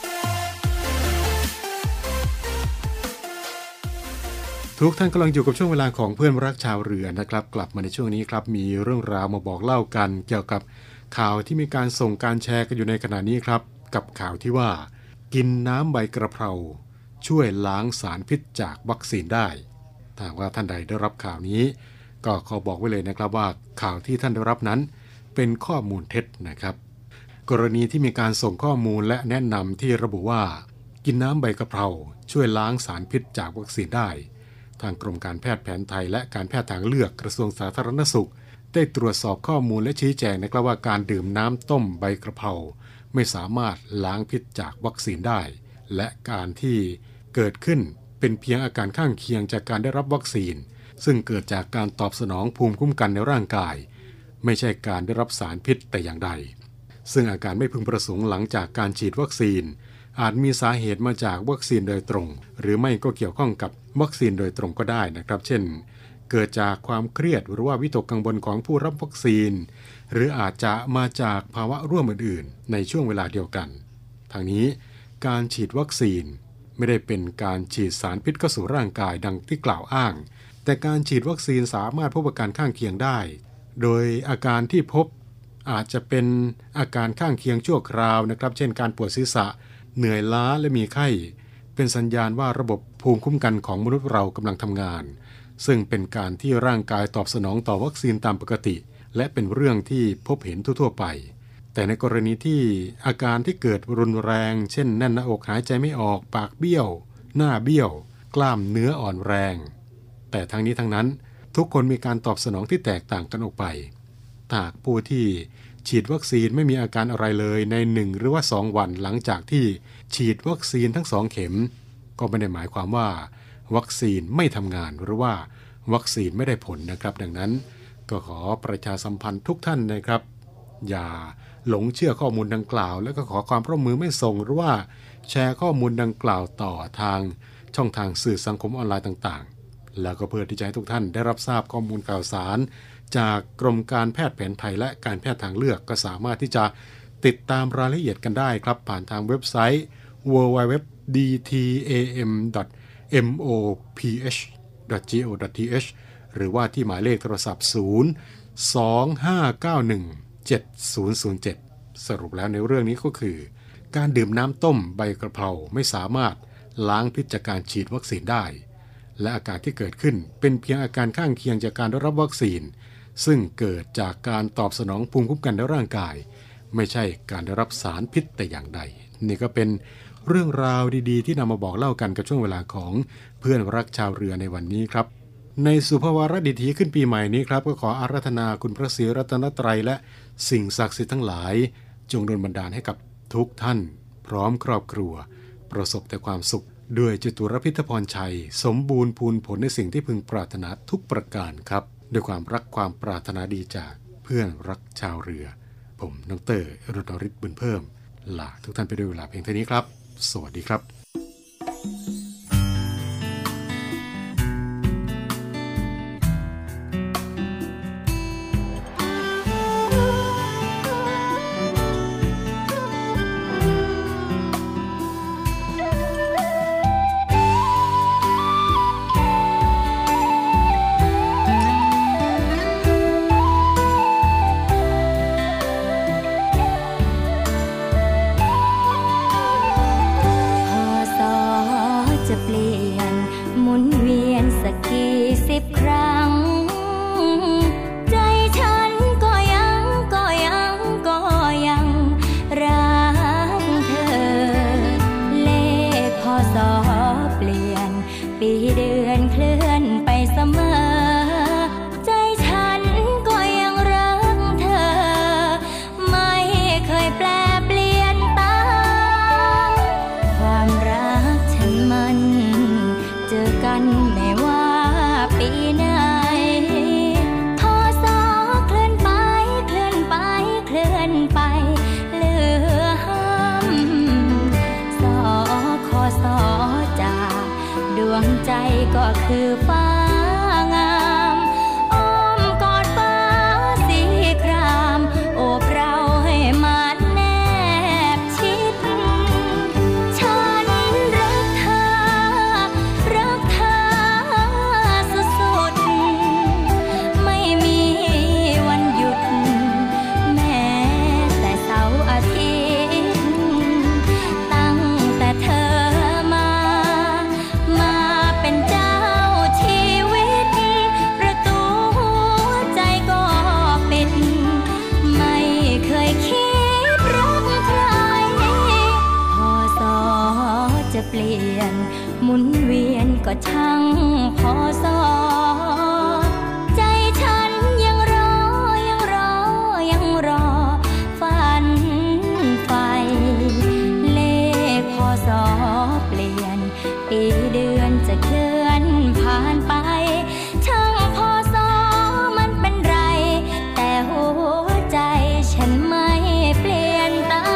ทุกท่านกำลังอยู่กับช่วงเวลาของเพื่อนรักชาวเรือนะครับกลับมาในช่วงนี้ครับมีเรื่องราวมาบอกเล่ากันเกี่ยวกับข่าวที่มีการส่งการแชร์กันอยู่ในขณะนี้ครับกับข่าวที่ว่ากินน้ำใบกระเพราช่วยล้างสารพิษจากวัคซีนได้ถ้าว่าท่านใดได้รับข่าวนี้ก็ขอบอกไว้เลยนะครับว่าข่าวที่ท่านได้รับนั้นเป็นข้อมูลเท็จนะครับกรณีที่มีการส่งข้อมูลและแนะนำที่ระบุว่ากินน้ำใบกระเพราช่วยล้างสารพิษจากวัคซีนได้ทางกรมการแพทย์แผนไทยและการแพทย์ทางเลือกกระทรวงสาธารณสุขได้ตรวจสอบข้อมูลและชี้แจงนะครับว่าการดื่มน้ำต้มใบกระเพราไม่สามารถล้างพิษจากวัคซีนได้และการที่เกิดขึ้นเป็นเพียงอาการข้างเคียงจากการได้รับวัคซีนซึ่งเกิดจากการตอบสนองภูมิคุ้มกันในร่างกายไม่ใช่การได้รับสารพิษแต่อย่างใดซึ่งอาการไม่พึงประสงค์หลังจากการฉีดวัคซีนอาจมีสาเหตุมาจากวัคซีนโดยตรงหรือไม่ก็เกี่ยวข้องกับวัคซีนโดยตรงก็ได้นะครับเช่นเกิดจากความเครียดหรือว่าวิตกกังวลของผู้รับวัคซีนหรืออาจจะมาจากภาวะร่วมอื่นๆในช่วงเวลาเดียวกันทางนี้การฉีดวัคซีนไม่ได้เป็นการฉีดสารพิษเข้าสู่ร่างกายดังที่กล่าวอ้างแต่การฉีดวัคซีนสามารถพบอาการข้างเคียงได้โดยอาการที่พบอาจจะเป็นอาการข้างเคียงชั่วคราวนะครับเช่นการปวดศีรษะเหนื่อยล้าและมีไข้เป็นสัญญาณว่าระบบภูมิคุ้มกันของมนุษย์เรากำลังทำงานซึ่งเป็นการที่ร่างกายตอบสนองต่อวัคซีนตามปกติและเป็นเรื่องที่พบเห็นทั่วๆไปแต่ในกรณีที่อาการที่เกิดรุนแรงเช่นแน่นหน้าอกหายใจไม่ออกปากเบี้ยวหน้าเบี้ยวกล้ามเนื้ออ่อนแรงแต่ทั้งนี้ทั้งนั้นทุกคนมีการตอบสนองที่แตกต่างกันออกไปหากผู้ที่ฉีดวัคซีนไม่มีอาการอะไรเลยใน1หรือว่า2วันหลังจากที่ฉีดวัคซีนทั้ง2เข็มก็ไม่ได้หมายความว่าวัคซีนไม่ทำงานหรือว่าวัคซีนไม่ได้ผลนะครับดังนั้นก็ขอประชาสัมพันธ์ทุกท่านนะครับอย่าหลงเชื่อข้อมูลดังกล่าวและก็ขอความร่วมมือไม่ส่งหรือว่าแชร์ข้อมูลดังกล่าวต่อทางช่องทางสื่อสังคมออนไลน์ต่างๆแล้วก็เพื่อที่จะให้ทุกท่านได้รับทราบข้อมูลข่าวสารจากกรมการแพทย์แผนไทยและการแพทย์ทางเลือกก็สามารถที่จะติดตามรายละเอียดกันได้ครับผ่านทางเว็บไซต์ www.dtam.moph.go.th หรือว่าที่หมายเลขโทรศัพท์025917007สรุปแล้วในเรื่องนี้ก็คือการดื่มน้ำต้มใบกระเพราไม่สามารถล้างพิษจากการฉีดวัคซีนได้และอาการที่เกิดขึ้นเป็นเพียงอาการข้างเคียงจากการได้รับวัคซีนซึ่งเกิดจากการตอบสนองภูมิคุ้มกันในร่างกายไม่ใช่การได้รับสารพิษแต่อย่างใดนี่ก็เป็นเรื่องราวดีๆที่นำมาบอกเล่ากันกับช่วงเวลาของเพื่อนรักชาวเรือในวันนี้ครับในสุภาวาระดิถีขึ้นปีใหม่นี้ครับก็ขออาราธนาคุณพระศรีรัตนตรัยและสิ่งศักดิ์สิทธิ์ทั้งหลายจงดลบันดาลให้กับทุกท่านพร้อมครอบครัวประสบแต่ความสุขด้วยจตุรพิธพรชัยสมบูรณ์พูนผลในสิ่งที่พึงปรารถนาทุกประการครับด้วยความรักความปรารถนาดีจากเพื่อนรักชาวเรือผมดร.รณฤทธิ์บุญเพิ่มลาทุกท่านไปด้วยเวลาเพียงเท่านี้ครับสวัสดีครับจคือฟ้างามอ้อมกอดฟ้าสีครามโอบเราให้มันแนบชิดฉันรักเธอสุดๆไม่มีวันหยุดแม้แต่เสาร์อาทิตย์ตั้งแต่เธอมาเป็นเจ้าชีวิตประตูหัวใจก็ปิดไม่เคยคิดรักใครพอสอจะเปลี่ยนหมุนเวียนก็ช่างพอสอใจฉันยังรอฝันไฟเลขพอสอเปลี่ยนปีเดือนจะเคลื่อนผ่านไปช่างพอสอมันเป็นไรแต่หัวใจฉันไม่เปลี่ยนตาม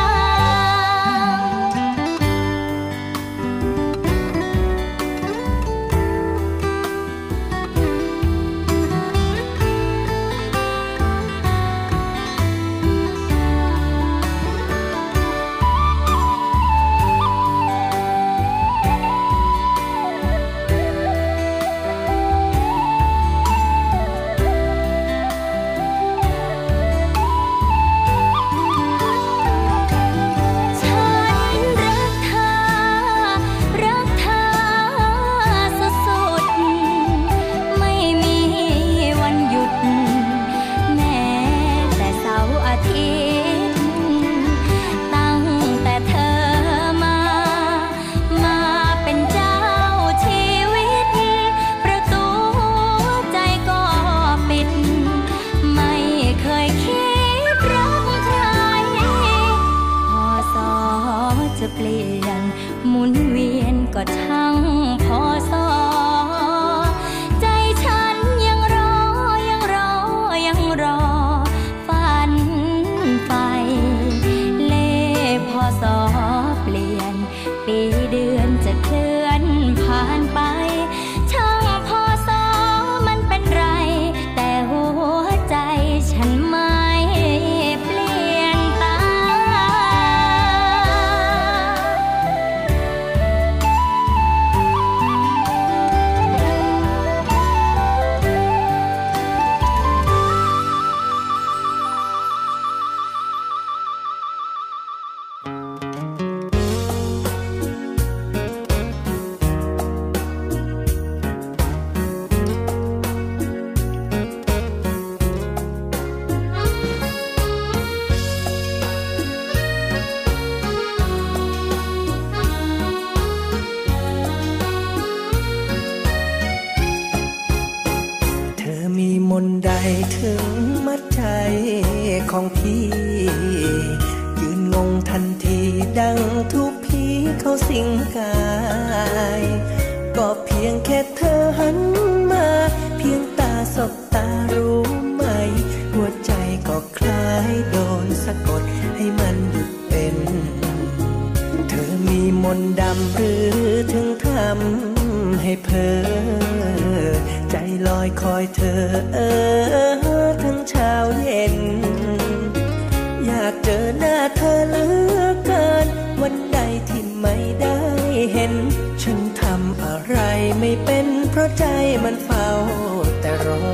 จะเปลี่ยนหมุนเวียนก็ช่างพอสอใจฉันยังรอฝันไฟเลขพอสอเปลี่ยนปีเดือนจะเคลื่อนผ่านไปช่างพอสอมันเป็นไรแต่หัวใจฉันไม่เปลี่ยนตามมนต์ใดถึงมัดใจของพี่ยืนงงทันทีดังทุกผีเขาสิงกายก็เพียงแค่เธอหันมาเพียงตาสบตารู้ไหมหัวใจก็คล้ายโดนสะกดให้มันหยุดเป็นเธอมีมนต์ดำหรือถึงทำให้เพ้อใจลอยคอยเธอทั้งเช้าเย็นอยากเจอหน้าเธอเหลือเกินวันใดที่ไม่ได้เห็นฉันทำอะไรไม่เป็นเพราะใจมันเฝ้าแต่รอ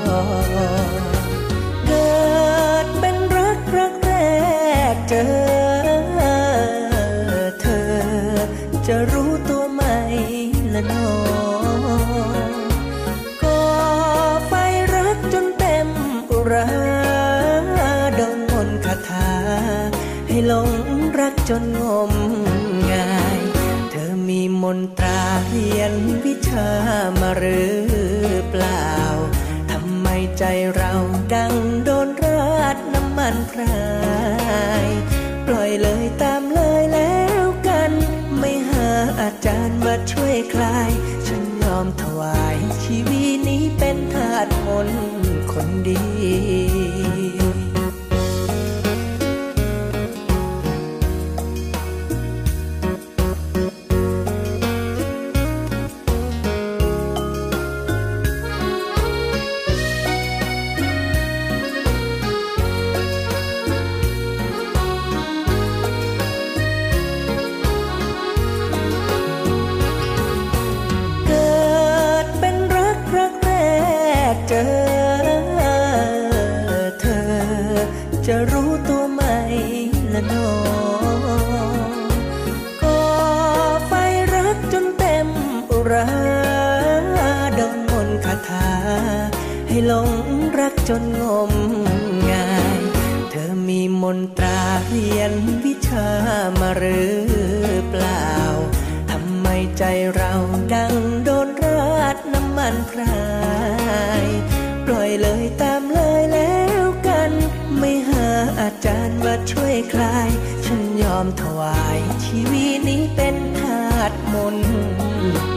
เกิดเป็นรักแรกเจอเธอจะรู้ตัวไหมละน้อให้หลงรักจนงมงายเธอมีมนตราเรียนวิชามาหรือเปล่าทำไมใจเราดังโดนราดน้ำมันพรายปล่อยเลยตามเลยแล้วกันไม่หาอาจารย์มาช่วยคลายฉันยอมถวายชีวิตนี้เป็นทาสมนต์คนดีเงรักจนงมงายเธอมีมนตราเรียนวิชามาหรือเปล่าทำไมใจเราดังโดนราดน้ำมันพรายปล่อยเลยตามเลยแล้วกันไม่หาอาจารย์มาช่วยคลายฉันยอมถวายชีวิตนี้เป็นทาสมนต์